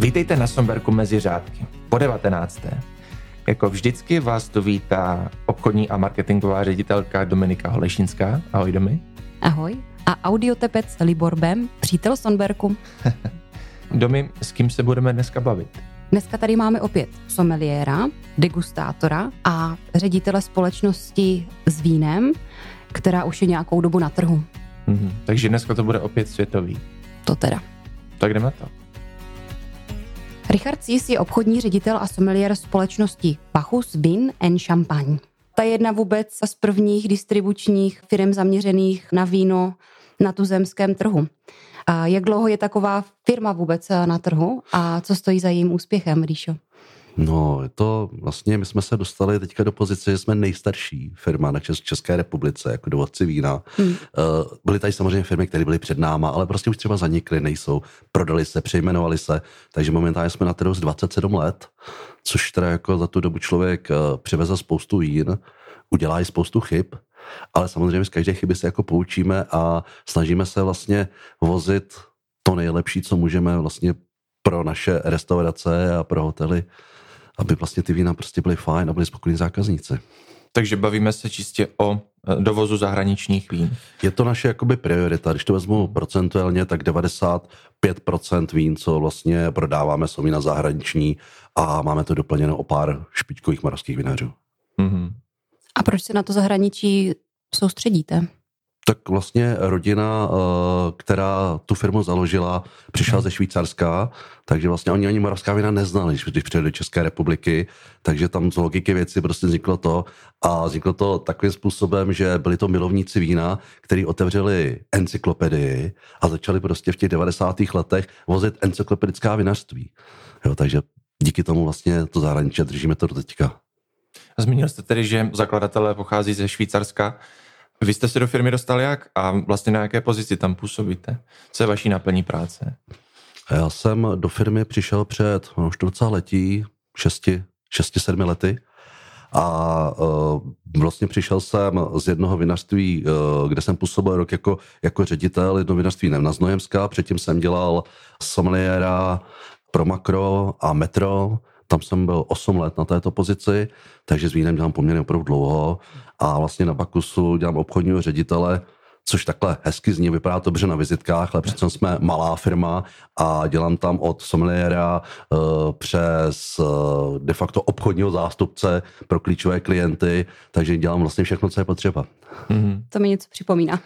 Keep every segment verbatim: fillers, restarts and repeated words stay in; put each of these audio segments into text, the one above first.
Vítejte na Somberku mezi řádky, po devatenácté. Jako vždycky vás tu vítá obchodní a marketingová ředitelka Dominika Holešinská. Ahoj, Domi. Ahoj. A audiotepec Libor Bem, přítel Sonberku. Domi, s kým se budeme dneska bavit? Dneska tady máme opět someliéra, degustátora a ředitele společnosti s vínem, která už je nějakou dobu na trhu. Mhm, takže dneska to bude opět světový. To teda. Tak jdeme to. Richard Cies je obchodní ředitel a someliér společnosti Bacchus Wine and Champagne. Ta je jedna vůbec z prvních distribučních firm zaměřených na víno na tuzemském trhu. A jak dlouho je taková firma vůbec na trhu a co stojí za jejím úspěchem, Ríšo? No, je to vlastně, my jsme se dostali teďka do pozice, že jsme nejstarší firma na České republice, jako dovozci vína. Hmm. Byly tady samozřejmě firmy, které byly před náma, ale prostě už třeba zanikly, nejsou, prodali se, přejmenovali se, takže momentálně jsme na trhu z dvacet sedm let, což teda jako za tu dobu člověk přiveze spoustu vín, udělá i spoustu chyb, ale samozřejmě z každé chyby se jako poučíme a snažíme se vlastně vozit to nejlepší, co můžeme vlastně pro naše restaurace a pro hotely, aby vlastně ty vína prostě byly fajn a byli spokojení zákazníci. Takže bavíme se čistě o dovozu zahraničních vín. Je to naše jakoby priorita. Když to vezmu procentuálně, tak devadesát pět procent vín, co vlastně prodáváme, jsou vína zahraniční a máme to doplněno o pár špičkových moravských vinařů. Mm-hmm. A proč se na to zahraničí soustředíte? Tak vlastně rodina, která tu firmu založila, přišla ze Švýcarska, takže vlastně oni ani moravská vína neznali, když přijeli do České republiky, takže tam z logiky věci prostě vzniklo to a vzniklo to takovým způsobem, že byli to milovníci vína, kteří otevřeli encyklopedii a začali prostě v těch devadesátých letech vozit encyklopedická vinařství. Jo, takže díky tomu vlastně to zahraničí držíme to do teďka. Zmínil jste tedy, že zakladatelé pochází ze Švýcarska. Vy jste se do firmy dostali jak a vlastně na jaké pozici tam působíte? Co je vaší náplní práce? Já jsem do firmy přišel před no, už docela letí, šesti, šesti, sedmi lety a uh, vlastně přišel jsem z jednoho vinařství, uh, kde jsem působil rok jako, jako ředitel, jedno vinařství na Znojemská, předtím jsem dělal someliéra pro Makro a Metro. Tam jsem byl osm let na této pozici, takže s vínem dělám poměrně opravdu dlouho a vlastně na Bacchusu dělám obchodního ředitele, což takhle hezky zní, vypadá to dobře na vizitkách, ale přece jsme malá firma a dělám tam od someliéra uh, přes uh, de facto obchodního zástupce pro klíčové klienty, takže dělám vlastně všechno, co je potřeba. Mm-hmm. To mi něco připomíná.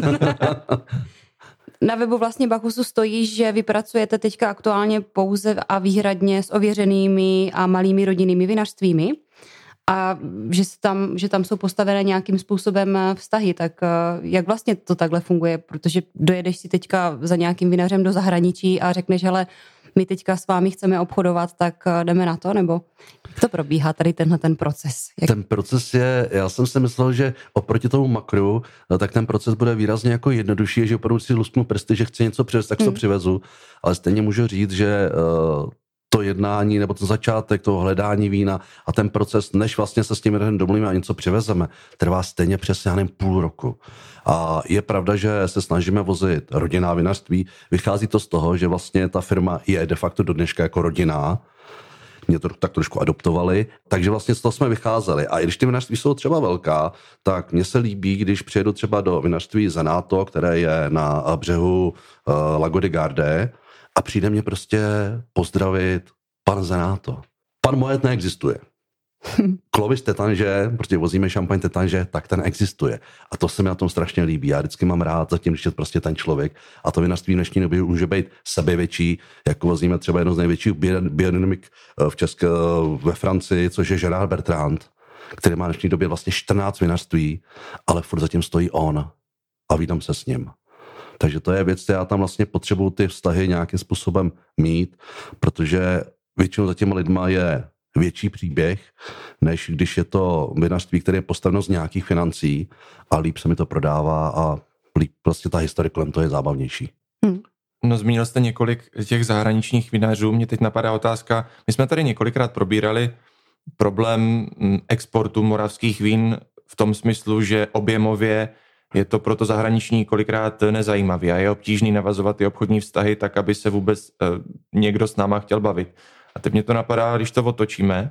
Na webu vlastně Bacchusu stojí, že vy pracujete teďka aktuálně pouze a výhradně s ověřenými a malými rodinnými vinařstvími a že tam, že tam jsou postavené nějakým způsobem vztahy, tak jak vlastně to takhle funguje, protože dojedeš si teďka za nějakým vinařem do zahraničí a řekneš, hele, my teďka s vámi chceme obchodovat, tak jdeme na to, nebo jak to probíhá tady tenhle ten proces? Jak... Ten proces je, já jsem si myslel, že oproti tomu Makru, tak ten proces bude výrazně jako jednodušší, že opravdu si lusknu prsty, že chci něco přivést, tak hmm. to přivezu, ale stejně můžu říct, že uh, to jednání nebo ten začátek toho hledání vína a ten proces, než vlastně se s tím jeden domluvíme a něco přivezeme, trvá stejně přes já nevím, půl roku. A je pravda, že se snažíme vozit rodinná vinařství. Vychází to z toho, že vlastně ta firma je de facto do dneška jako rodinná. Mě to tak trošku adoptovali, takže vlastně z toho jsme vycházeli. A i když ty vinařství jsou třeba velká, tak mně se líbí, když přijedu třeba do vinařství Zenato, které je na břehu uh, Lago di Garda, a přijde mě prostě pozdravit pan Zenato. Pan Moet neexistuje. Clovis Tétanger, prostě vozíme šampaň Tétanger, tak ten existuje. A to se mi na tom strašně líbí. Já vždycky mám rád zatím, když je prostě ten člověk. A to vinařství v dnešní době může být sebevětší, jako vozíme třeba jedno z největších biodynamik v České, ve Francii, což je Gerard Bertrand, který má v dnešní době vlastně čtrnáct vinařství, ale furt zatím stojí on a vídám se s ním. Takže to je věc, já tam vlastně potřebuju ty vztahy nějakým způsobem mít, protože většinou za těma lidma je větší příběh, než když je to vinařství, které je postaveno z nějakých financí a líp se mi to prodává a líp prostě ta historie kolem toho je zábavnější. Hmm. No, zmínil jste několik těch zahraničních vinařů, mě teď napadá otázka, my jsme tady několikrát probírali problém exportu moravských vín v tom smyslu, že objemově je to pro to zahraniční kolikrát nezajímavý a je obtížný navazovat ty obchodní vztahy tak, aby se vůbec uh, někdo s náma chtěl bavit. A teď mě to napadá, když to otočíme,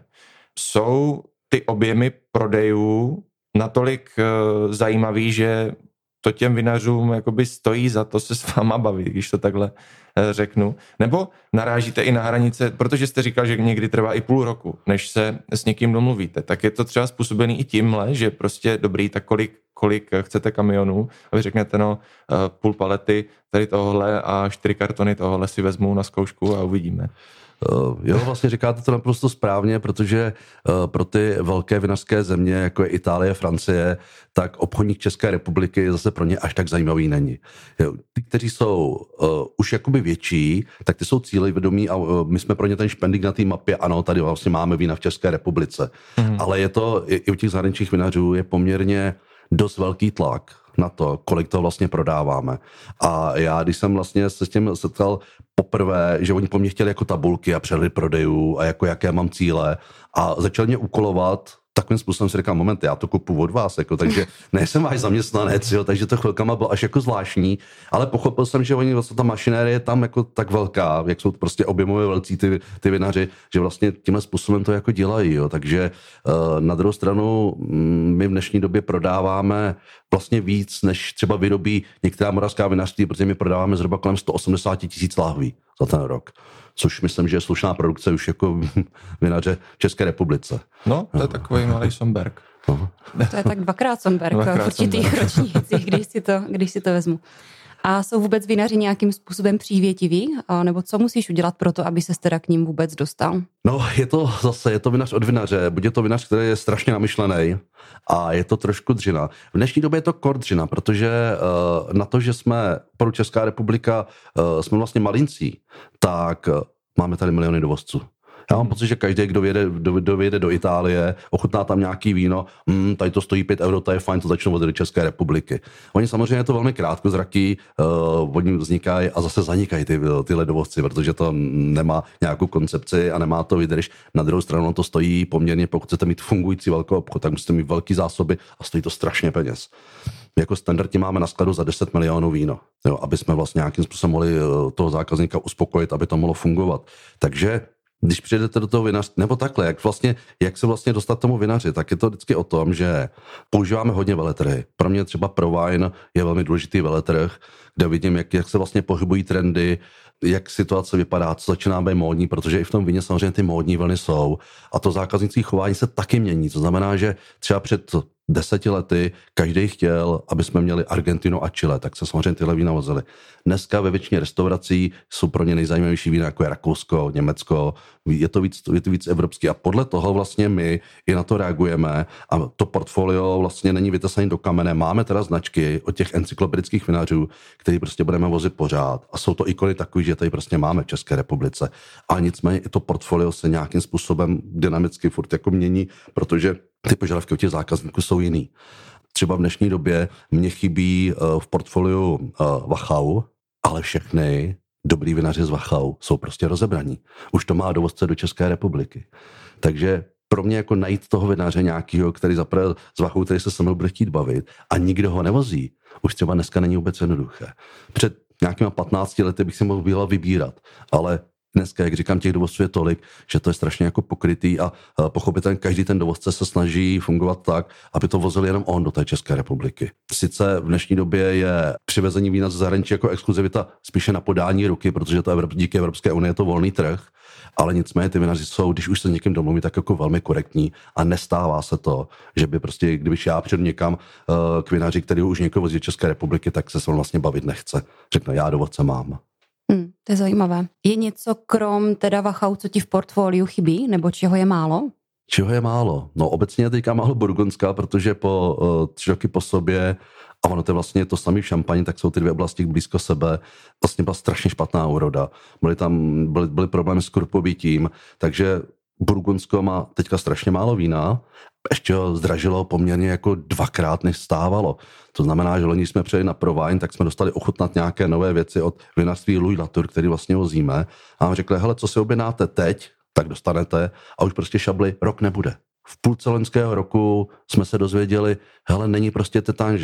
jsou ty objemy prodejů natolik uh, zajímavý, že to těm vinařům jakoby stojí za to se s váma bavit, když to takhle řeknu. Nebo narážíte i na hranice, protože jste říkal, že někdy trvá i půl roku, než se s někým domluvíte. Tak je to třeba způsobený i tímhle, že prostě dobrý, tak kolik, kolik chcete kamionů a vy řeknete, no půl palety tady tohohle a čtyři kartony tohohle si vezmu na zkoušku a uvidíme. Uh, jo, vlastně říkáte to naprosto správně, protože uh, pro ty velké vinařské země, jako je Itálie, Francie, tak obchodník České republiky zase pro ně až tak zajímavý není. Jo, ty, kteří jsou uh, už jakoby větší, tak ty jsou cílevědomí a uh, my jsme pro ně ten špendík na té mapě, ano, tady vlastně máme vína v České republice. Mm. Ale je to, i, i u těch zahraničních vinařů je poměrně dost velký tlak na to, kolik to vlastně prodáváme. A já, když jsem vlastně se s tím setkal poprvé, že oni po mně chtěli jako tabulky a přehled prodejů a jako jaké mám cíle a začali mě úkolovat, takovým způsobem si říkal, moment, já to kupu od vás, jako, takže nejsem váš zaměstnanec, jo, takže to chvilkama bylo až jako zvláštní, ale pochopil jsem, že oni vlastně ta mašinérie je tam jako tak velká, jak jsou prostě objemově velcí ty, ty vinaři, že vlastně tímhle způsobem to jako dělají, jo, takže uh, na druhou stranu my v dnešní době prodáváme vlastně víc, než třeba vyrobí některá moravská vinařství, protože my prodáváme zhruba kolem sto osmdesát tisíc láhví za ten rok. Což myslím, že je slušná produkce už jako vinaře v České republice. No, to je takový malý Somberg. No. To je tak dvakrát Somberg Dvakrát v určitých ročnících, když si, to, když si to vezmu. A jsou vůbec vinaři nějakým způsobem přívětiví? A nebo co musíš udělat pro to, aby ses teda k ním vůbec dostal? No, je to zase, je to vinař od vinaře. Buď je to vinař, který je strašně namyšlený a je to trošku dřina. V dnešní době je to kor dřina, protože uh, na to, že jsme, pro Česká republika, uh, jsme vlastně malincí, tak uh, máme tady miliony dovozců. Já mám pocit, že každý, kdo vyjede, kdo, kdo vyjede do Itálie, ochutná tam nějaký víno, mm, tady to stojí pět euro, to je fajn, to začnou vozit do České republiky. Oni samozřejmě je to velmi krátkozraký, uh, oni vznikají a zase zanikají ty, tyhle dovozci, protože to nemá nějakou koncepci a nemá to vydrž. Na druhou stranu to stojí poměrně, pokud chcete mít fungující velký obchod, tak musíte mít velký zásoby a stojí to strašně peněz. Jako standardně máme na skladu za deset milionů víno, jo, aby jsme vlastně nějakým způsobem mohli toho zákazníka uspokojit, aby to mohlo fungovat. Takže když přijdete do toho vinaře, nebo takhle, jak, vlastně, jak se vlastně dostat tomu vinaři, tak je to vždycky o tom, že používáme hodně veletrhy. Pro mě třeba pro wine je velmi důležitý veletrh, kde vidím, jak, jak se vlastně pohybují trendy, jak situace vypadá, co začíná být módní, protože i v tom víně samozřejmě ty módní vlny jsou. A to zákaznické chování se taky mění. To znamená, že třeba před deseti lety každý chtěl, aby jsme měli Argentinu a Chile, tak se samozřejmě tyhle vína vozily. Dneska ve většině restaurací jsou pro ně nejzajímavější vína, jako je Rakousko, Německo, je to víc, je to víc evropský a podle toho vlastně my i na to reagujeme a to portfolio vlastně není vytesané do kamene. Máme teda značky od těch encyklopedických vinařů, který prostě budeme vozit pořád a jsou to ikony takový, že tady prostě máme v České republice. A nicméně i to portfolio se nějakým způsobem dynamicky furt jako mění, protože ty požadavky od těch zákazníků jsou jiný. Třeba v dnešní době mě chybí uh, v portfoliu uh, Wachau, ale všechny dobrý vinaři z Wachau jsou prostě rozebraní. Už to má dovozce do České republiky. Takže pro mě jako najít toho vinaře nějakého, který zaprvé z Wachau, který se se mnou bude chtít bavit a nikdo ho nevozí, už třeba dneska není vůbec jednoduché. Před nějakýma patnácti lety bych si mohl byla vybírat, ale dneska, jak říkám, těch dovozců je tolik, že to je strašně jako pokrytý a pochopitelně každý ten dovozce se snaží fungovat tak, aby to vozil jenom on do té České republiky. Sice v dnešní době je přivezení vína ze zahraničí jako exkluzivita spíše na podání ruky, protože to Evrop, díky Evropské unii je to volný trh, ale nicméně ty vinaři jsou, když už se někým domluví, tak jako velmi korektní a nestává se to, že by prostě, když já přijdu někam uh, k vinaři, který už někoho vozí do České republiky, tak se s vlastně bavit nechce. Řekne, já dovozce mám. Hmm, to je zajímavé. Je něco krom teda Wachau, co ti v portfoliu chybí, nebo čeho je málo? Čeho je málo? No obecně je teďka málo Burgundská, protože po uh, tři roky po sobě, a ono to je vlastně to samé v Šampani, tak jsou ty dvě oblasti blízko sebe, vlastně byla strašně špatná úroda. Byly tam, byly, byly problémy s kurpobytím, takže Burgundsko má teďka strašně málo vína, ještě ho zdražilo poměrně jako dvakrát, než stávalo. To znamená, že loni jsme přejeli na ProWine, tak jsme dostali ochutnat nějaké nové věci od vinařství Louis Latour, který vlastně vozíme. A nám řekli, hele, co si objednáte teď, tak dostanete a už prostě šabli rok nebude. V půlce loňského roku jsme se dozvěděli, hele, není prostě tetanže,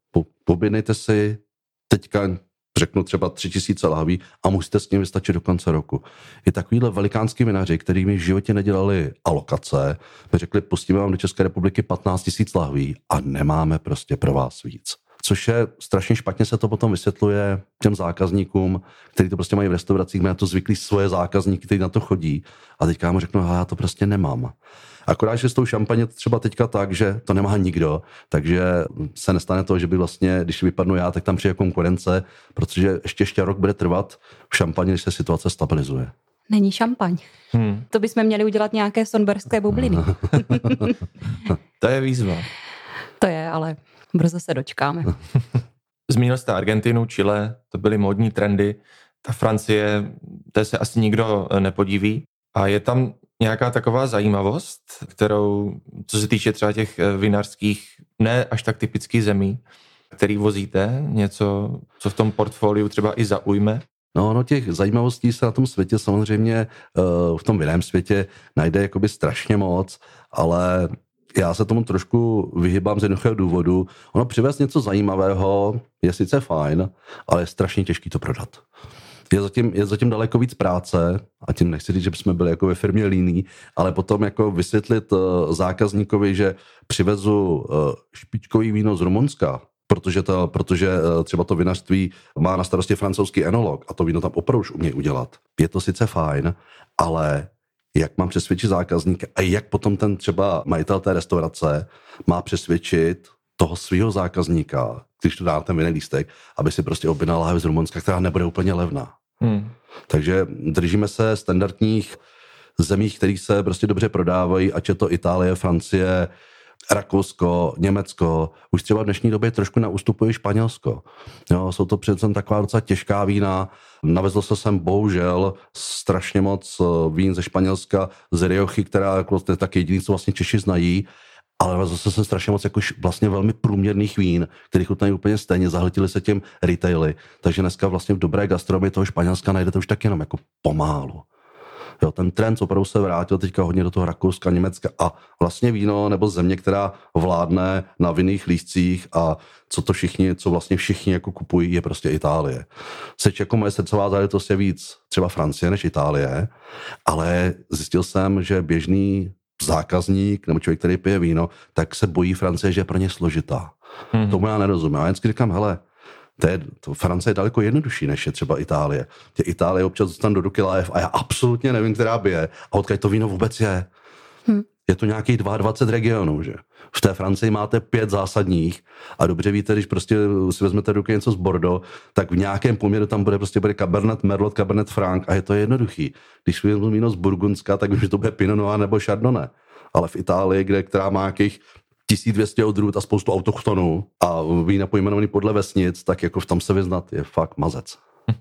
po, pobědnejte si teďka, řeknu třeba tři tisíce lahví a musíte s ním vystačit do konce roku. Je takovýhle velikánský vinaři, který mi v životě nedělali alokace, mi řekli, pustíme vám do České republiky patnáct tisíc lahví a nemáme prostě pro vás víc. Což je strašně špatně, se to potom vysvětluje těm zákazníkům, kteří to prostě mají v restauracích, mají na to zvyklí svoje zákazníky, kteří na to chodí. A teďka já mu řeknu, já to prostě nemám. Akorát, že s tou šampaně třeba teďka tak, že to nemá nikdo, takže se nestane to, že by vlastně, když vypadnu já, tak tam přijde konkurence, protože ještě ještě rok bude trvat v šampani, když se situace stabilizuje. Není šampaň. Hmm. To bychom měli udělat nějaké sonberské bubliny. To je výzva. To je, ale brzo se dočkáme. Zmínil jste Argentinu, Chile, to byly módní trendy. Ta Francie, té se asi nikdo nepodiví. A je tam nějaká taková zajímavost, kterou, co se týče třeba těch vinařských, ne až tak typických zemí, který vozíte, něco, co v tom portfoliu třeba i zaujme? No, no těch zajímavostí se na tom světě samozřejmě, v tom vinném světě najde jakoby strašně moc, ale já se tomu trošku vyhybám z jednoduchého důvodu. Ono přivést něco zajímavého je sice fajn, ale je strašně těžký to prodat. Je zatím, je zatím daleko víc práce, a tím nechci říct, že bychom byli jako ve firmě líní, ale potom jako vysvětlit zákazníkovi, že přivezu špičkový víno z Rumunska, protože, to, protože třeba to vinařství má na starosti francouzský enolog a to víno tam opravdu už umí udělat. Je to sice fajn, ale jak mám přesvědčit zákazníka a jak potom ten třeba majitel té restaurace má přesvědčit toho svého zákazníka, když tu dá ten vinný lístek, aby si prostě objednal láhev z Rumunska, která nebude úplně levná. Hmm. Takže držíme se standardních zemí, které se prostě dobře prodávají, ať je to Itálie, Francie, Rakousko, Německo, už třeba v dnešní době trošku naustupuje Španělsko. Jo, jsou to přece taková docela těžká vína. Navezl se sem bohužel strašně moc vín ze Španělska, z Riochy, která jako, to je tak jediný, co vlastně Češi znají, ale navezl se sem strašně moc jako vlastně velmi průměrných vín, kterých chutnají úplně stejně, zahltili se tím retaily. Takže dneska vlastně v dobré gastronomii toho Španělska najdete už tak jenom jako pomálu. Jo, ten trend opravdu se vrátil teďka hodně do toho Rakouska, Německa a vlastně víno nebo země, která vládne na vinných lístcích a co to všichni, co vlastně všichni jako kupují, je prostě Itálie. Seč jako moje srdcová záležitost je víc třeba Francie než Itálie, ale zjistil jsem, že běžný zákazník nebo člověk, který pije víno, tak se bojí Francie, že je pro ně složitá. Hmm. Tomu já nerozumím. Já vždycky říkám, hele, To je, to Francie je daleko jednodušší, než je třeba Itálie. Tě Itálie občas dostane do ruky láhev a já absolutně nevím, která by je. A odkud to víno vůbec je. Hmm. Je to nějakých dvacet dva regionů, že? V té Francii máte pět zásadních a dobře víte, když prostě si vezmete do ruky něco z Bordeaux, tak v nějakém poměru tam bude prostě bude Cabernet Merlot, Cabernet Franc a je to jednoduchý. Když vezmu víno z Burgundska, tak vím, že to bude Pinot Noir nebo Chardonnay. Ale v Itálii, kde, která má nějakých tisíc dvě stě odrůd a spoustu autochtonů a vína pojmenovaný podle vesnic, tak jako v tom se vyznat je fakt mazec.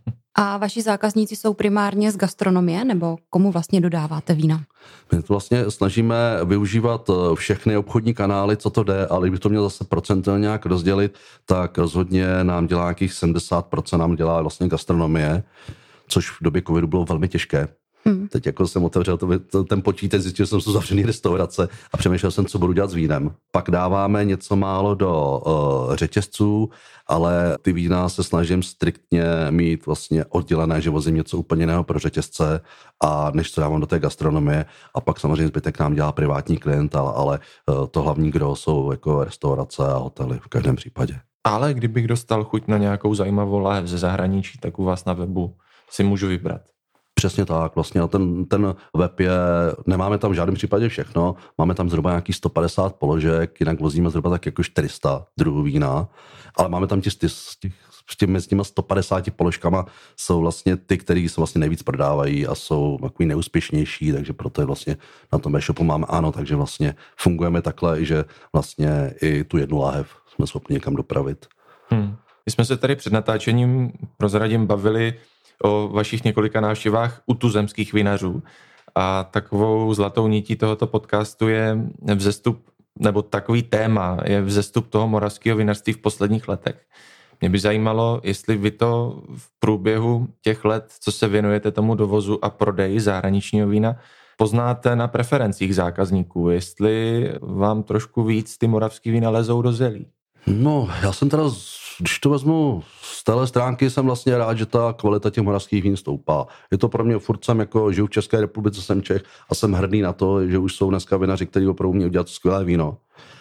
A vaši zákazníci jsou primárně z gastronomie, nebo komu vlastně dodáváte vína? My to vlastně snažíme využívat všechny obchodní kanály, co to jde, ale kdyby to měl zase procentuálně nějak rozdělit, tak rozhodně nám dělá nějakých sedmdesát procent nám dělá vlastně gastronomie, což v době covidu bylo velmi těžké. Hmm. Teď jako jsem otevřel to, ten počítač, zjistil jsem, že jsou zavřený restaurace a přemýšlel jsem, co budu dělat s vínem. Pak dáváme něco málo do uh, řetězců, ale ty vína se snažím striktně mít vlastně oddělené, že vozím něco úplně jiného pro řetězce a než co dávám do té gastronomie. A pak samozřejmě zbytek nám dělá privátní klient, ale, ale uh, to hlavní gro jsou jako restaurace a hotely v každém případě. Ale kdybych dostal chuť na nějakou zajímavou láhev ze zahraničí, tak u vás na webu si můžu vybrat. Přesně tak, vlastně ten, ten web je, nemáme tam v žádném případě všechno, máme tam zhruba nějakých sto padesát položek, jinak vozíme zhruba tak jako čtyři sta druhů vína, ale máme tam těch, těch, těch mezi těma sto padesáti položkama jsou vlastně ty, které se vlastně nejvíc prodávají a jsou takový neúspěšnější, takže proto je vlastně na tom e-shopu máme ano, takže vlastně fungujeme takhle, že vlastně i tu jednu láhev jsme schopni někam dopravit. Hmm. My jsme se tady před natáčením prozradím bavili o vašich několika návštěvách u tuzemských vinařů. A takovou zlatou nití tohoto podcastu je vzestup, nebo takový téma je vzestup toho moravského vinařství v posledních letech. Mě by zajímalo, jestli vy to v průběhu těch let, co se věnujete tomu dovozu a prodeji zahraničního vína, poznáte na preferencích zákazníků, jestli vám trošku víc ty moravský vína lezou do zelí. No, já jsem teda, když to vezmu z téhle stránky, jsem vlastně rád, že ta kvalita těch moravských vín stoupá. Je to pro mě, furt jsem jako žiju v České republice, jsem Čech a jsem hrdý na to, že už jsou dneska vinaři, kteří opravdu umějí udělat skvělé víno.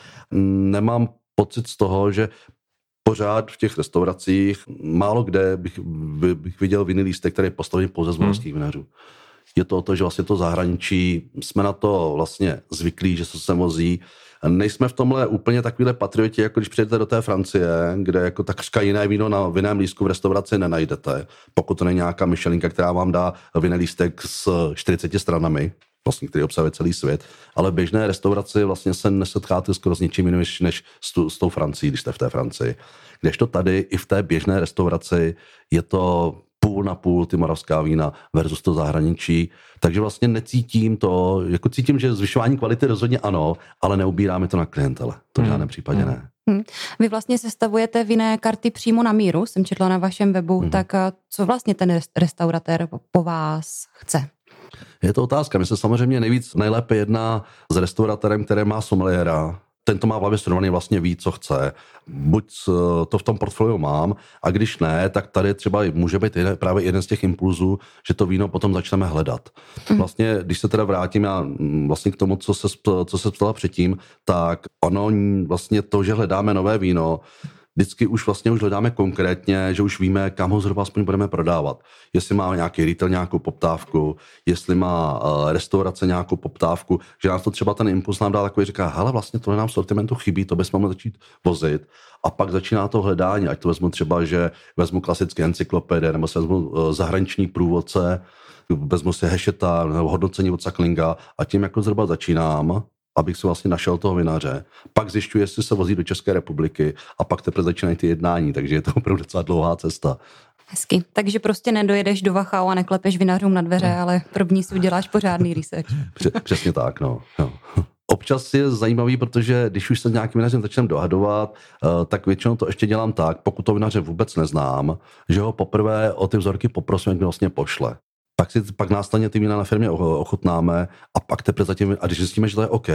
Nemám pocit z toho, že pořád v těch restauracích málo kde bych, by, bych viděl vinný lístek, který je postavený pouze z moravských hmm. vinařů. Je to o to, že vlastně to zahraničí, jsme na to vlastně zvyklí, že se sem vozí. Nejsme v tomhle úplně takovýhle patrioti, jako když přijdete do té Francie, kde jako takřka jiné víno na vinném lístku v restauraci nenajdete, pokud to není nějaká myšelinka, která vám dá vinný lístek s čtyřiceti stranami, vlastně, který obsahuje celý svět, ale v běžné restauraci vlastně se nesetkáte skoro s ničím jiným, než s, tu, s tou Francií, když jste v té Francii. Kdežto tady i v té běžné restauraci je to půl na půl ty moravská vína versus to zahraničí, takže vlastně necítím to, jako cítím, že zvyšování kvality rozhodně ano, ale neubíráme to na klientele, to v žádném hmm. případě hmm. ne. Hmm. Vy vlastně sestavujete vinné karty přímo na míru, jsem četla na vašem webu, hmm. tak co vlastně ten restauratér po vás chce? Je to otázka. Mně se samozřejmě nejvíc nejlépe jedná s restauratérem, který má sommeliéra. Ten to má v hlavě studovaný, vlastně ví, co chce. Buď to v tom portfoliu mám, a když ne, tak tady třeba může být jeden, právě jeden z těch impulzů, že to víno potom začneme hledat. Vlastně, když se teda vrátím já vlastně k tomu, co se, co se ptala předtím, tak ono vlastně to, že hledáme nové víno, vždycky už vlastně už hledáme konkrétně, že už víme, kam ho zhruba aspoň budeme prodávat. Jestli má nějaký retail nějakou poptávku, jestli má uh, restaurace nějakou poptávku, že nás to třeba ten impuls nám dá takový, říká, hele, vlastně tohle nám v sortimentu chybí, to bychom mohli začít vozit. A pak začíná to hledání, ať to vezmu třeba, že vezmu klasické encyklopedie, nebo se vezmu uh, zahraniční průvodce, vezmu si Hešeta, nebo hodnocení od Sacklinga a tím jako zhruba začínám, abych si vlastně našel toho vinaře. Pak zjišťuji, jestli se vozí do České republiky a pak teprve začínají ty jednání, takže je to opravdu docela dlouhá cesta. Hezky. Takže prostě nedojedeš do Wachau a neklepeš vinařům na dveře, ale první si uděláš pořádný research. Přesně tak, no. no. Občas je zajímavý, protože když už se s nějakým vinařem začnem dohadovat, tak většinou to ještě dělám tak, pokud to vinaře vůbec neznám, že ho poprvé o ty vzorky poprosím, jak mi vlastně pošle. Pak si pak následně ty vína na firmě ochutnáme a pak teprve zatím, a když zjistíme, že to je OK,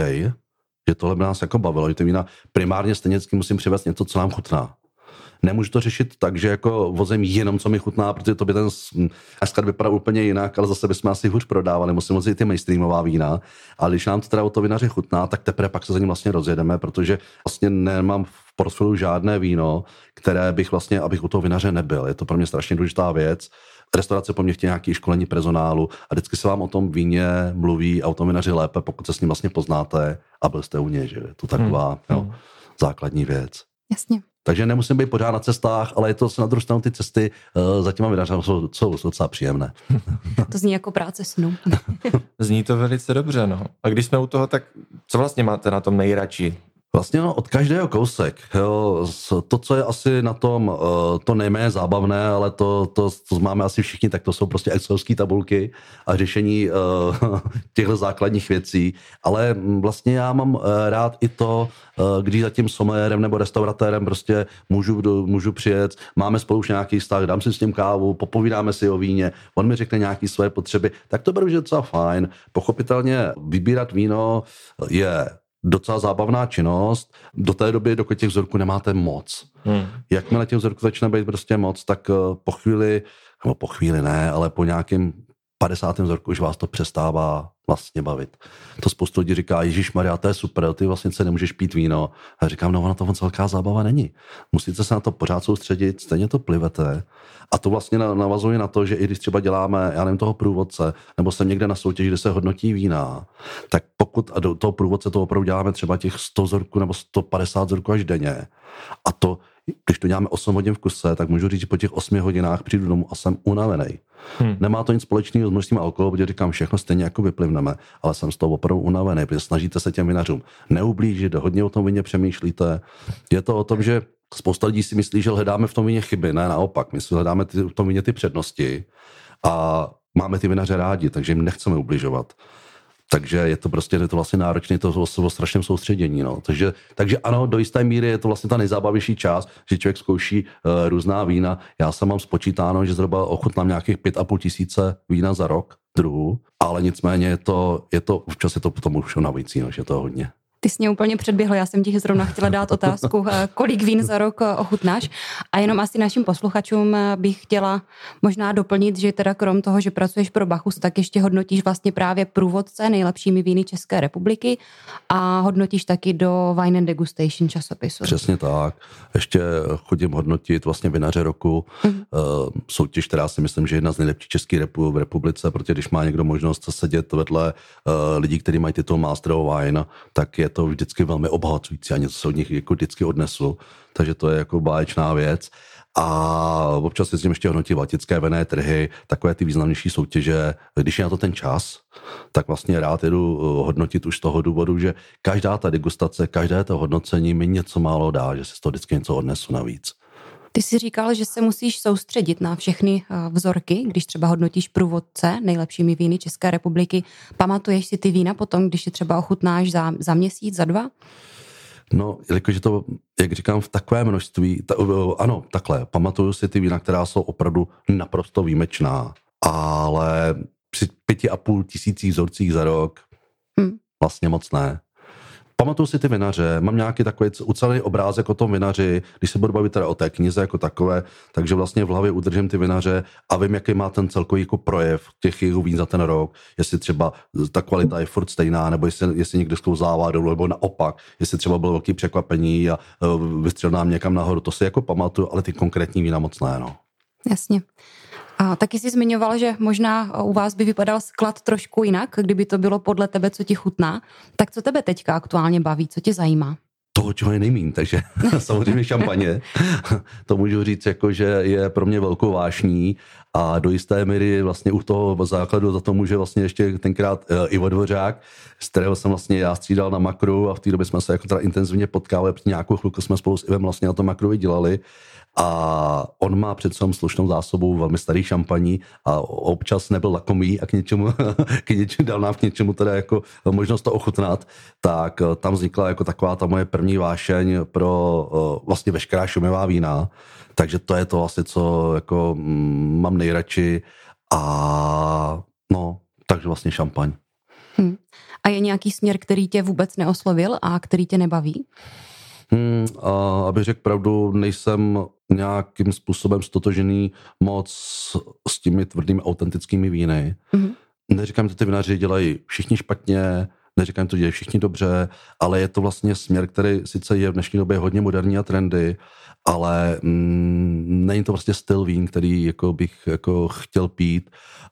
že tohle by nás jako bavilo, že ty vína primárně stejně musím přivést něco, co nám chutná. Nemůžu to řešit tak, že jako vozím jenom, co mi chutná, protože to by ten sklad vypadá úplně jinak, ale zase bychom asi hůř prodávali, musím vozit ty mainstreamová vína, ale když nám to teda o to vinaři chutná, tak teprve pak se za ním vlastně rozjedeme, protože vlastně nemám v portfoliu žádné víno, které bych vlastně, abych u toho vinaře nebyl. Je to pro mě strašně důležitá věc. Restaurace po mně chtějí nějaké školení personálu a vždycky se vám o tom víně mluví a o tom vinaři lépe, pokud se s ním vlastně poznáte a byl jste u něj, že je to taková hmm. jo, základní věc. Jasně. Takže nemusím být pořád na cestách, ale je to na druhou stranu ty cesty uh, za těma vinařama jsou, jsou docela příjemné. To zní jako práce snu. Zní to velice dobře, no. A když jsme u toho, tak co vlastně máte na tom nejradši? Vlastně no, od každého kousek. Jo, to, co je asi na tom, to nejméně zábavné, ale to, to, to máme asi všichni, tak to jsou prostě excelovské tabulky a řešení uh, těchto základních věcí. Ale vlastně já mám rád i to, uh, když za tím sommeliérem nebo restauratérem prostě můžu, můžu přijet, máme spolu už nějaký vztah, dám si s tím kávu, popovídáme si o víně, on mi řekne nějaké své potřeby, tak to beru, že je docela fajn. Pochopitelně vybírat víno je docela zábavná činnost, do té doby, dokud těch vzorků nemáte moc. Hmm. Jakmile těch vzorků začne být prostě moc, tak po chvíli, nebo po chvíli ne, ale po nějakým padesátém vzorku už vás to přestává vlastně bavit. To spoustu lidí říká, ježišmarja, to je super, ty vlastně se nemůžeš pít víno. A říkám, no ona to moc velká zábava není. Musíte se na to pořád soustředit, stejně to plivete. A to vlastně navazuje na to, že i když třeba děláme, já nevím, toho průvodce, nebo jsem někde na soutěži, kde se hodnotí vína, tak pokud a do toho průvodce to opravdu děláme třeba těch sto vzorků nebo sto padesát vzorků až denně. A to, když to děláme osm hodin v kuse, tak můžu říct, že po těch osmi hodinách přijdu domů a jsem unavený. Hmm. Nemá to nic společného s množstvím alkoholu, protože říkám, všechno stejně jako vyplivneme, ale jsem z toho opravdu unavený, protože snažíte se těm vinařům neublížit, hodně o tom víně přemýšlíte. Je to o tom, že spousta lidí si myslí, že hledáme v tom víně chyby, ne naopak, my si hledáme ty, v tom víně ty přednosti a máme ty vinaře rádi, takže jim nechceme ubližovat. Takže je to prostě je to vlastně náročné to o, o strašném soustředění. No. Takže, takže ano, do jisté míry je to vlastně ta nejzábavější část, že člověk zkouší uh, různá vína. Já jsem mám spočítáno, že zhruba ochutnám nějakých pět a půl tisíce vína za rok druhů, ale nicméně je to, je to občas je to potom už navící, no, že je to hodně. Ty jsi mě úplně předběhl, já jsem ti zrovna chtěla dát otázku, kolik vín za rok ochutnáš. A jenom asi našim posluchačům bych chtěla možná doplnit, že teda krom toho, že pracuješ pro Bacchus, tak ještě hodnotíš vlastně právě průvodce nejlepšími víny České republiky a hodnotíš taky do Wine and Degustation časopisu. Přesně tak. Ještě chodím hodnotit vlastně vinaře roku. Mm. Soutěž, která si myslím, že je jedna z nejlepších České repu, v republice, protože když má někdo možnost sedět vedle uh, lidí, kteří mají titul Master of Wine, tak je to vždycky velmi obohacující a něco se od nich jako vždycky odnesu. Takže to je jako báječná věc. A občas si s ním ještě hodnotí valtické vinné trhy, takové ty významnější soutěže. Když je na to ten čas, tak vlastně rád jedu hodnotit už z toho důvodu, že každá ta degustace, každé to hodnocení mi něco málo dá, že si z toho vždycky něco odnesu navíc. Ty jsi říkal, že se musíš soustředit na všechny vzorky, když třeba hodnotíš průvodce nejlepšími víny České republiky. Pamatuješ si ty vína potom, když je třeba ochutnáš za, za měsíc, za dva? No, jakože to, jak říkám, v takové množství, ta, ano, takhle, pamatuju si ty vína, která jsou opravdu naprosto výjimečná, ale při pěti a půl tisících vzorcích za rok hmm. vlastně moc ne. Pamatuju si ty vinaře, mám nějaký takový ucelený obrázek o tom vinaři, když se budu bavit teda o té knize jako takové, takže vlastně v hlavě udržím ty vinaře a vím, jaký má ten celkový jako projev těch jejich vín za ten rok, jestli třeba ta kvalita je furt stejná, nebo jestli, jestli někdo sklouzává dolů, nebo naopak, jestli třeba bylo velký překvapení a vystřelil nám někam nahoru, to si jako pamatuju, ale ty konkrétní vína moc ne, no. Jasně. A taky jsi zmiňoval, že možná u vás by vypadal sklad trošku jinak, kdyby to bylo podle tebe, co ti chutná. Tak co tebe teďka aktuálně baví, co tě zajímá? Toho, čeho je nejmín, takže samozřejmě šampaně. To můžu říct, jako, že je pro mě velkou vášní a do jisté míry vlastně u toho základu za to může vlastně ještě tenkrát uh, Ivo Dvořák, z kterého jsem vlastně já střídal na makru a v té době jsme se jako teda intenzivně potkávali, protože nějakou chvilku jsme spolu s Ivem vlastně na tom makru dělali. A on má před sebou slušnou zásobu velmi starých šampaní a občas nebyl lakomý a k něčemu, k něčemu dal nám k něčemu teda jako možnost to ochutnat, tak tam vznikla jako taková ta moje první vášeň pro vlastně veškerá šumivá vína, takže to je to vlastně, co jako mám nejradši a no, takže vlastně šampaň. Hmm. A je nějaký směr, který tě vůbec neoslovil a který tě nebaví? Hmm, a abych řekl pravdu, nejsem nějakým způsobem stotožený moc s těmi tvrdými autentickými víny. Mm-hmm. Neříkám, že ty vinaři dělají všichni špatně, neříkám, že to dělají všichni dobře, ale je to vlastně směr, který sice je v dnešní době hodně moderní a trendy, ale mm, není to prostě styl vín, který jako bych jako chtěl pít.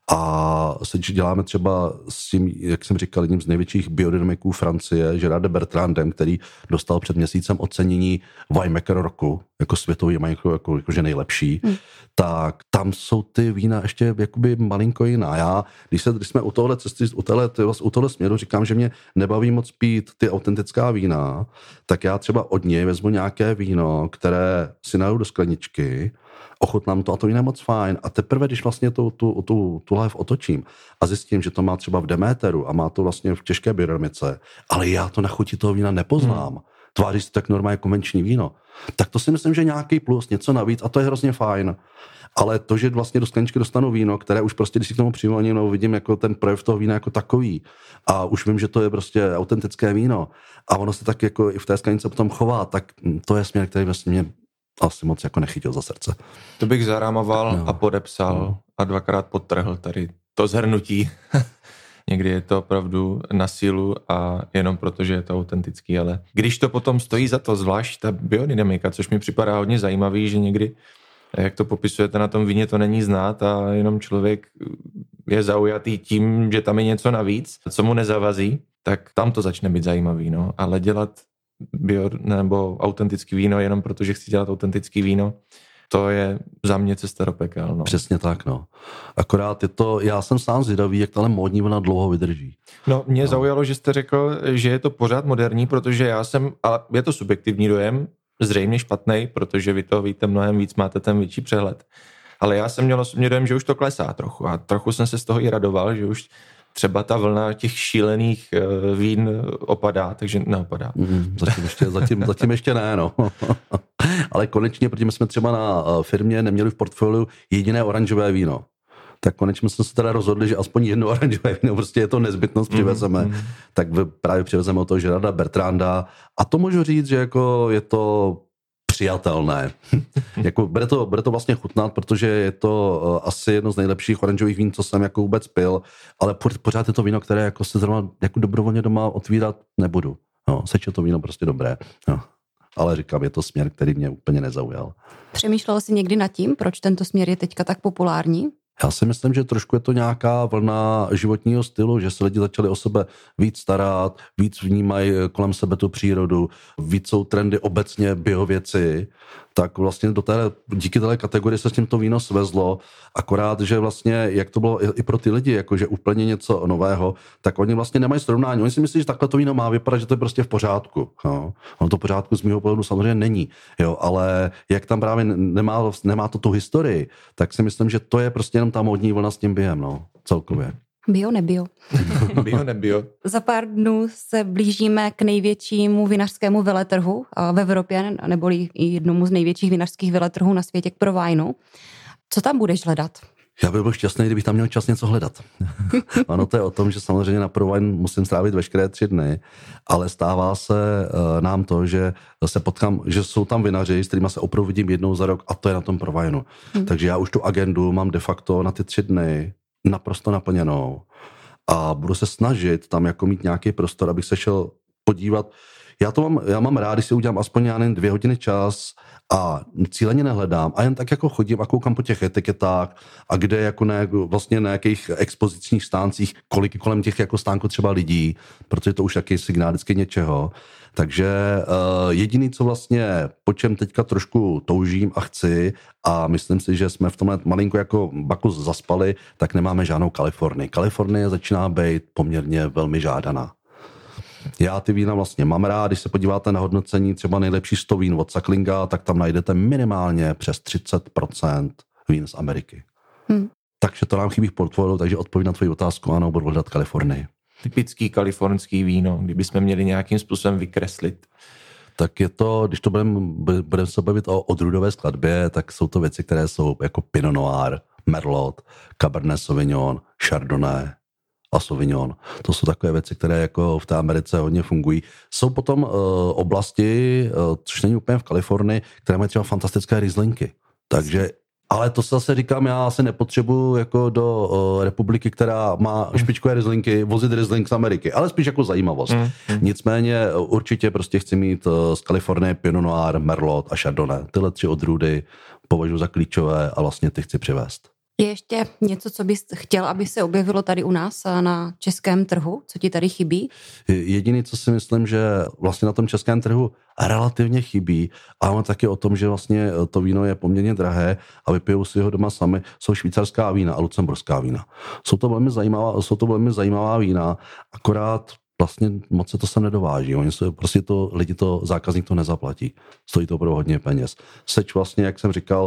A se děláme třeba s tím, jak jsem říkal, jedním z největších biodynamiků Francie, Gérard de Bertrandem, který dostal před měsícem ocenění winemaker roku, jako světový jako, jako, jakože nejlepší, hmm. tak tam jsou ty vína ještě jakoby malinko jiná. Já, když, se, když jsme u tohle cesty, u tohle, u tohle směru říkám, že mě nebaví moc pít ty autentická vína, tak já třeba od něj vezmu nějaké víno, které si naliju do skleničky, ochutnám to a to víno je moc fajn. A teprve, když vlastně tu, tu, tu, tu láhev otočím a zjistím, že to má třeba v Deméteru a má to vlastně v těžké biodynamice, ale já to na chuti toho vína nepoznám, hmm. tváří se tak normálně konvenční víno, tak to si myslím, že nějaký plus, něco navíc a to je hrozně fajn. Ale to, že vlastně do skleničky dostanu víno, které už prostě, když si k tomu přivolím, no, vidím jako ten projev toho vína jako takový a už vím, že to je prostě autentické víno a ono se tak jako i v té skleničce potom chová, tak to je směr, který vlastně mě asi moc jako nechytil za srdce. To bych zarámoval no. a podepsal no. a dvakrát podtrhl tady to zhrnutí. Někdy je to opravdu na sílu a jenom proto, že je to autentický, ale když to potom stojí za to, zvlášť ta biodynamika, což mi připadá hodně zajímavý, že někdy, jak to popisujete na tom víně, to není znát a jenom člověk je zaujatý tím, že tam je něco navíc, co mu nezavazí, tak tam to začne být zajímavý, no. Ale dělat bio nebo autentický víno jenom proto, že chci dělat autentický víno, to je za mě cesta do pekel. No. Přesně tak, no. Akorát je to, já jsem sám zvědavý, jak tahle módní vlna dlouho vydrží. No, mě no. zaujalo, že jste řekl, že je to pořád moderní, protože já jsem, ale je to subjektivní dojem, zřejmě špatnej, protože vy to víte mnohem víc, máte ten větší přehled. Ale já jsem měl osobně dojem, že už to klesá trochu a trochu jsem se z toho i radoval, že už třeba ta vlna těch šílených uh, vín opadá, takže neopadá. Mm, zatím, ještě, zatím, zatím ještě ne, no. Ale konečně, protože jsme třeba na uh, firmě neměli v portfoliu jediné oranžové víno. tak konečně jsme se teda rozhodli, že aspoň jedno oranžové víno, prostě je to nezbytnost, přivezeme. Mm-hmm. Tak právě přivezeme od toho Gerarda Bertranda a to můžu říct, že jako je to přijatelné. jako bude, to, bude to vlastně chutnat, protože je to uh, asi jedno z nejlepších oranžových vín, co jsem jako vůbec pil, ale pořád je to víno, které jako se zrovna jako dobrovolně doma otvírat nebudu. No, seče to víno prostě dobré. No. Ale říkám, je to směr, který mě úplně nezaujal. Přemýšlel jsi někdy nad tím, proč tento směr je teďka tak populární? Já si myslím, že trošku je to nějaká vlna životního stylu, že se lidi začali o sebe víc starat, víc vnímají kolem sebe tu přírodu, víc jsou trendy obecně biověci, tak vlastně do té, díky téhle kategorii se s tím to víno svezlo, akorát, že vlastně, jak to bylo i pro ty lidi, jakože úplně něco nového, tak oni vlastně nemají srovnání. Oni si myslí, že takhle to víno má vypadat, že to je prostě v pořádku. Jo. Ono to v pořádku z mého pohledu samozřejmě není, jo, ale jak tam právě nemá, nemá to tu historii, tak si myslím, že to je prostě jenom ta módní vlna s tím během, no, celkově. Bio, nebio. Bio, nebio. Za pár dnů se blížíme k největšímu vinařskému veletrhu v Evropě, neboli i jednomu z největších vinařských veletrhů na světě, k Provajnu. Co tam budeš hledat? Já bych byl šťastný, kdybych tam měl čas něco hledat. Ano, to je o tom, že samozřejmě na Provine musím strávit veškeré tři dny, ale stává se uh, nám to, že se potkám, že jsou tam vinaři, s kterými se opravdu vidím jednou za rok a to je na tom Provineu. Hmm. Takže já už tu agendu mám de facto na ty tři dny naprosto naplněnou a budu se snažit tam jako mít nějaký prostor, abych se šel podívat. Já to mám, já mám rád, když si udělám aspoň já nevím, dvě hodiny čas a cíleně nehledám a jen tak jako chodím a koukám po těch etiketách a kde jako ne, vlastně na jakých expozičních stáncích, kolik kolem těch jako stánků třeba lidí, protože to už taky signál vždycky něčeho. Takže uh, jediný, co vlastně, po čem teďka trošku toužím a chci a myslím si, že jsme v tomhle malinko jako bakus zaspali, tak nemáme žádnou Kalifornii. Kalifornie začíná být poměrně velmi žádaná. Já ty vína vlastně mám rád, když se podíváte na hodnocení třeba nejlepší sto vín od Sacklinga, tak tam najdete minimálně přes třicet procent vín z Ameriky. Hmm. Takže to nám chybí v portfoliu, takže odpověď na tvoji otázku, ano, budu hledat Kalifornii. Typický kalifornský víno, kdybychom měli nějakým způsobem vykreslit. Tak je to, když to budeme budem se bavit o odrůdové skladbě, tak jsou to věci, které jsou jako Pinot Noir, Merlot, Cabernet Sauvignon, Chardonnay a Sauvignon. To jsou takové věci, které jako v té Americe hodně fungují. Jsou potom uh, oblasti, uh, což není úplně v Kalifornii, které mají třeba fantastické Rieslingy. Takže ale to se zase říkám, já asi nepotřebuji jako do uh, republiky, která má špičkové Rieslingy, vozit Riesling z Ameriky, ale spíš jako zajímavost. Mm, mm. Nicméně určitě prostě chci mít uh, z Kalifornie Pinot Noir, Merlot a Chardonnay. Tyhle tři odrůdy považuji za klíčové a vlastně ty chci přivést. Je ještě něco, co bys chtěl, aby se objevilo tady u nás na českém trhu? Co ti tady chybí? Jediný, co si myslím, že vlastně na tom českém trhu relativně chybí, a mám taky o tom, že vlastně to víno je poměrně drahé a vypijou si ho doma sami, jsou švýcarská vína a lucemburská vína. Jsou to velmi zajímavá, jsou to velmi zajímavá vína, akorát vlastně moc se to sem nedováží. Oni se prostě to, lidi to, zákazník to nezaplatí. Stojí to opravdu hodně peněz. Seč vlastně, jak jsem říkal,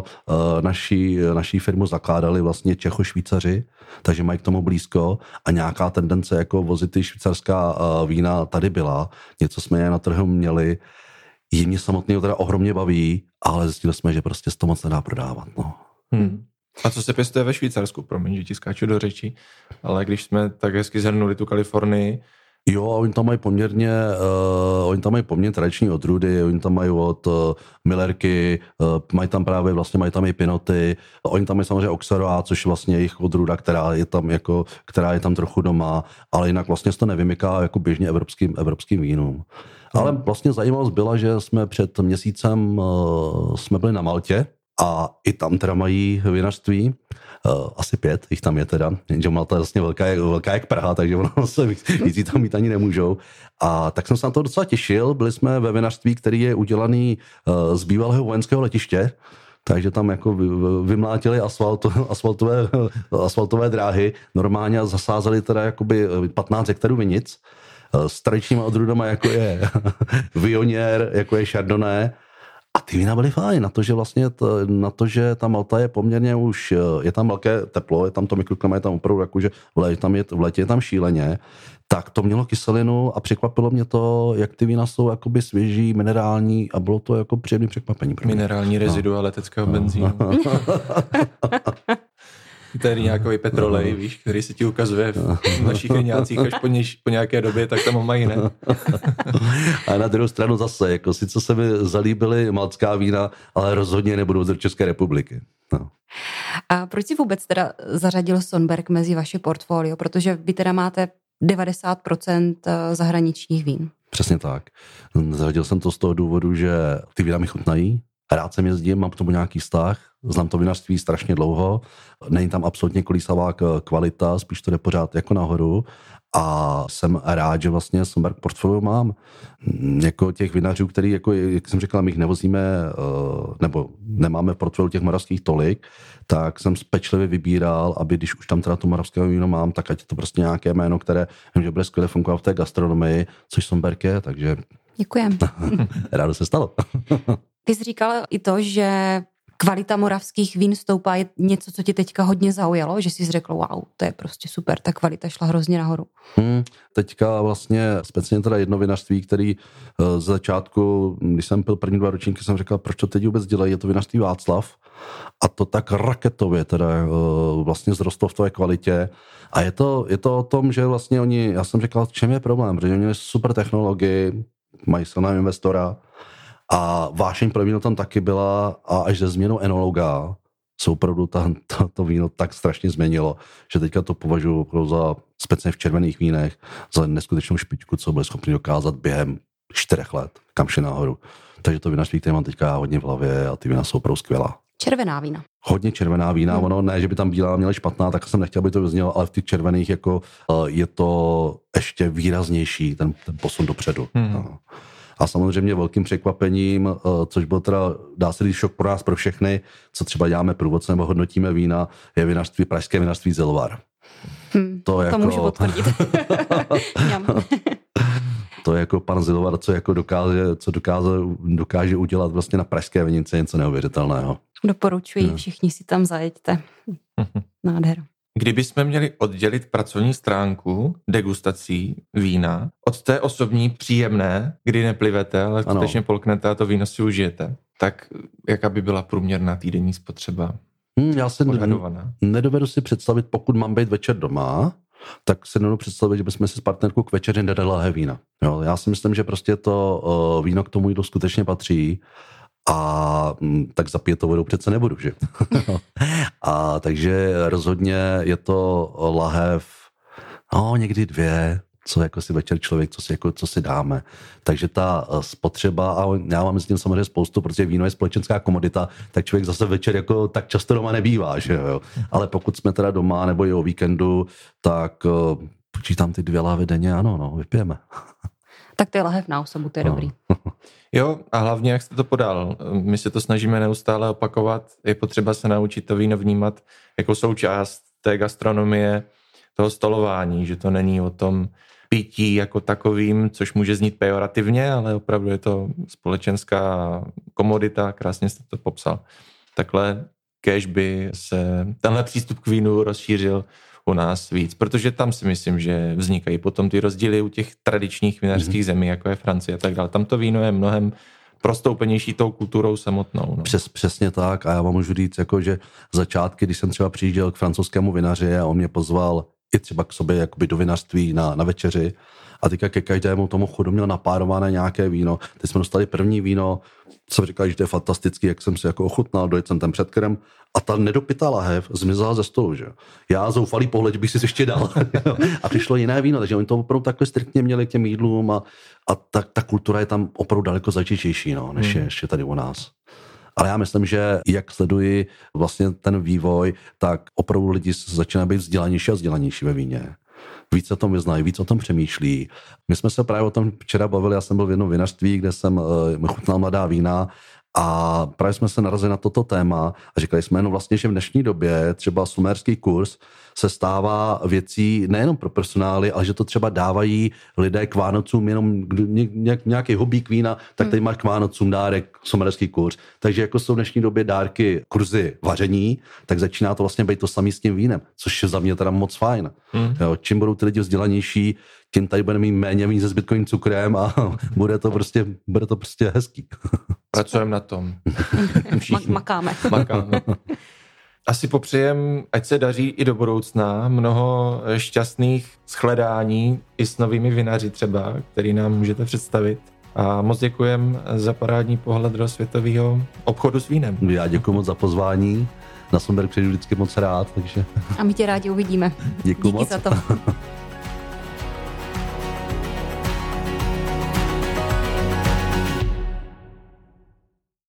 naší, naší firmu zakládali vlastně Čecho-Švýcaři, takže mají k tomu blízko a nějaká tendence jako vozit ty švýcarská vína tady byla. Něco jsme je na trhu měli. Jim mě samotný teda ohromně baví, ale zjistili jsme, že prostě se to moc nedá prodávat. No. Hmm. A co se pěstuje ve Švýcarsku? Promiň, že ti skáču do řeči, ale když jsme tak hezky zhrnuli tu Kalifornii. Jo, oni tam mají poměrně, uh, oni tam mají poměrně tradiční odrůdy, oni tam mají od uh, Millerky, uh, mají tam právě, vlastně mají tam i Pinoty, oni tam mají samozřejmě Auxerrois, což vlastně je jejich odrůda, která je tam jako, která je tam trochu doma, ale jinak vlastně se to nevymyká jako běžně evropským, evropským vínům. Hmm. Ale vlastně zajímavost byla, že jsme před měsícem uh, jsme byli na Maltě a i tam teda mají vinařství. Uh, asi pět, jich tam je teda, jenže Malta je vlastně velká, velká jak Praha, takže ono se víc tam mít ani nemůžou. A tak jsem se na to docela těšil, byli jsme ve vinařství, který je udělaný uh, z bývalého vojenského letiště, takže tam jako vy, vymlátili asfalt, asfaltové, asfaltové dráhy, normálně zasázeli teda jakoby patnáct hektarů vinic, uh, s tradičníma odrůdama, jako je Viognier, jako je Chardonnay. A ty vína byly fajn, na to, že vlastně to, na to, že ta Malta je poměrně už, je tam velké teplo, je tam to mikroklima, je tam opravdu jakože v létě, tam je, v létě je tam šíleně, tak to mělo kyselinu a překvapilo mě to, jak ty vína jsou jakoby svěží, minerální a bylo to jako příjemný překvapení. Minerální rezidua no. leteckého benzínu. To je nějaký petrolej, víš, který se ti ukazuje v našich rýňácích až po, něž, po nějaké době, tak tam ho mají, ne? A na druhou stranu zase, jako sice se mi zalíbily maltská vína, ale rozhodně nebudou z České republiky. No. A proč si vůbec teda zařadil Sonberg mezi vaše portfolio? Protože vy teda máte devadesát procent zahraničních vín. Přesně tak. Zařadil jsem to z toho důvodu, že ty vína mi chutnají, rád sem jezdím, mám k tomu nějaký vztah, znám to vinařství strašně dlouho, není tam absolutně kolísavá kvalita, spíš to jde pořád jako nahoru a jsem rád, že vlastně Sonberg portfolio mám. Jako těch vinařů, který, jako, jak jsem říkal, my jich nevozíme, nebo nemáme v portfoliu těch moravských tolik, tak jsem pečlivě vybíral, aby když už tam teda to moravské víno mám, tak ať to prostě nějaké jméno, které vím, že bude skvěle fungovat v té gastronomii, což Sonberg je, takže... Děkujem. Rádo se stalo. Ty jsi říkal i to, že kvalita moravských vín stoupá, je něco, co tě teďka hodně zaujalo, že jsi řekl, wow, to je prostě super, ta kvalita šla hrozně nahoru. Hmm, teďka vlastně speciálně teda jedno vinařství, který z začátku, když jsem pil první dva ročníky, jsem říkal, proč to teď vůbec dělají, je to vinařství Václav a to tak raketově teda vlastně zrostlo v té kvalitě a je to, je to o tom, že vlastně oni, já jsem říkal, v čem je problém, protože oni měli super technologii, mají silného investora, a vášeň pro víno tam taky byla a až ze změnou enologa se opravdu ta, ta, to víno tak strašně změnilo, že teďka to považuji za speciálně v červených vínech za neskutečnou špičku, co bude schopný dokázat během čtyřech let, kam šli nahoru. Takže to vinařství, které mám teďka hodně v hlavě a ty vína jsou opravdu skvělá. Červená vína. Hodně červená vína, hmm. ono ne, že by tam bílá měla špatná, tak jsem nechtěl, aby to vyznělo, ale v těch červených jako je to ještě výraznější, ten, ten posun dopředu. Hmm. No. A samozřejmě velkým překvapením, což byl teda, dá se říct, šok pro nás, pro všechny, co třeba děláme průvodce nebo hodnotíme vína, je vinařství, pražské vinařství Zilvar. Hmm, to, jako... to můžu potvrdit. To je jako pan Zilvar, co jako dokáže, co dokáže, dokáže udělat vlastně na pražské vinici, něco neuvěřitelného. Doporučuji, no. Všichni si tam zajeďte. Nádhera. Kdybychom měli oddělit pracovní stránku degustací vína od té osobní příjemné, kdy neplivete, ale skutečně polknete a to víno si užijete, tak jaká by byla průměrná týdenní spotřeba hmm, já si odhadovaná? Nedovedu si představit, pokud mám být večer doma, tak si nedovedu představit, že bychom si s partnerkou k večeři nedali lahé vína. Jo, já si myslím, že prostě to uh, víno k tomu jídlu skutečně patří. A tak za pět to vodou přece nebudu, že? A takže rozhodně je to lahev, no někdy dvě, co jako si večer člověk, co si, jako, co si dáme. Takže ta spotřeba, a já mám s tím samozřejmě spoustu, protože víno je společenská komodita, tak člověk zase večer jako tak často doma nebývá, že jo? Ale pokud jsme teda doma nebo i o víkendu, tak uh, počítám ty dvě lahve denně, ano, no, vypijeme. Tak to je lahev na osobu, to je no. dobrý. Jo, a hlavně, jak jste to podal, my se to snažíme neustále opakovat, je potřeba se naučit to víno vnímat jako součást té gastronomie, toho stolování, že to není o tom pití jako takovým, což může znít pejorativně, ale opravdu je to společenská komodita, krásně jste to popsal. Takhle kéž by se tenhle přístup k vínu rozšířil u nás víc, protože tam si myslím, že vznikají potom ty rozdíly u těch tradičních vinařských mm-hmm. zemí, jako je Francie a tak dále. Tam to víno je mnohem prostoupenější tou kulturou samotnou. No. Přes, přesně tak a já vám můžu říct, jako, že začátky, když jsem třeba přijížděl k francouzskému vinaři a on mě pozval i třeba k sobě jakoby do vinařství na, na večeři a teďka ke každému tomu chodu měl napárované nějaké víno. Teď jsme dostali první víno, jsem říkal, že to je fantastický, jak jsem si jako ochutnal, dojet jsem ten předkrem a ta nedopitá lahev zmizela ze stolu, že já zoufalý pohled, že bych si ještě dal. A přišlo jiné víno, takže oni to opravdu takhle striktně měli k těm jídlům a, a ta, ta kultura je tam opravdu daleko zažitější, no, než hmm. je ještě tady u nás. Ale já myslím, že jak sleduji vlastně ten vývoj, tak opravdu lidi začínají být vzdělanější a vzdělanější ve víně. Víc o tom vyznají, víc o tom přemýšlí. My jsme se právě o tom včera bavili, já jsem byl v jednom vinařství, kde jsem uh, chutnal mladá vína a právě jsme se narazili na toto téma a říkali jsme, no vlastně, že v dnešní době třeba sumerský kurz se stává věcí nejenom pro personály, ale že to třeba dávají lidé k Vánocům jenom nějaký hobík vína, tak tady máš k Vánocům dárek sumerský kurz. Takže jako jsou v dnešní době dárky kurzy vaření, tak začíná to vlastně být to samý s tím vínem, což je za mě teda moc fajn. Hmm. Jo, čím budou ty lidi vzdělanější, tím tady budeme mít méně vín se zbytkovým cukrem a bude to prostě, bude to prostě hezký. Pracujeme na tom. Makáme. Makáme. asi popřejem, ať se daří i do budoucna, mnoho šťastných shledání i s novými vinaři třeba, který nám můžete představit. A moc děkujem za parádní pohled do světového obchodu s vínem. Já děkuji moc za pozvání. Na Somberg přijdu vždycky moc rád, takže... A my tě rádi uvidíme. Děkuji Díky moc. za to.